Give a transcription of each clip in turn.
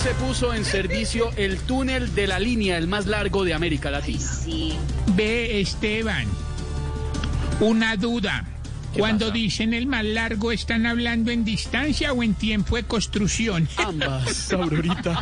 se puso en servicio el túnel de la línea, el más largo de América Latina. Sí. Ve, Esteban, una duda. Cuando pasa? dicen el más largo, ¿están hablando en distancia o en tiempo de construcción? Ambas, Aurorita.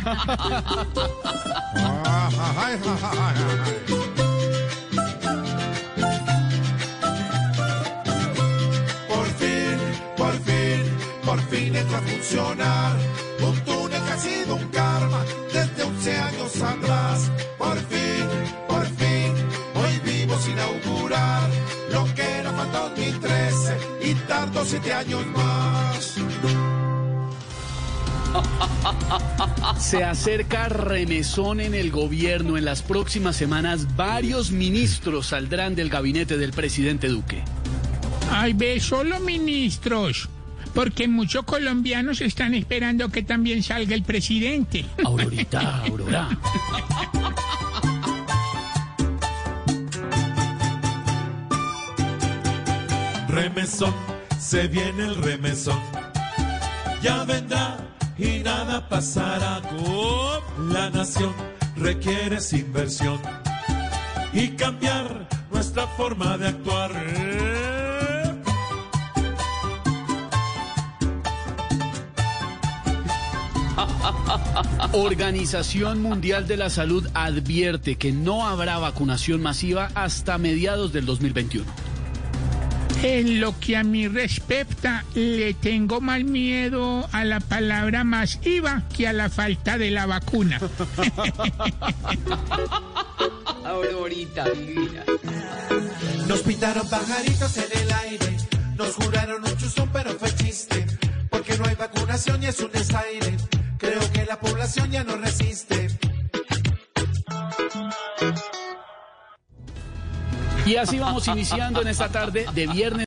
Por fin entró a funcionar un túnel que ha sido un karma desde 11 años atrás. Por fin, hoy vimos inaugurar lo que era para 2013 y tardó 7 años más. Se acerca remesón en el gobierno. En las próximas semanas, varios ministros saldrán del gabinete del presidente Duque. Ay, ve, solo ministros. Porque muchos colombianos están esperando que también salga el presidente. Aurorita, Aurora. Remesón, se viene el remesón. Ya vendrá y nada pasará. La nación requiere inversión y cambiar nuestra forma de actuar. Organización Mundial de la Salud advierte que no habrá vacunación masiva hasta mediados del 2021. En lo que a mí respecta, le tengo más miedo a la palabra masiva que a la falta de la vacuna. Aurorita, divina. Nos pintaron pajaritos en el aire, nos juraron un chustón pero fue chiste, porque no hay vacunación y es un desaire. Creo que la población ya no resiste. Y así vamos iniciando en esta tarde de viernes.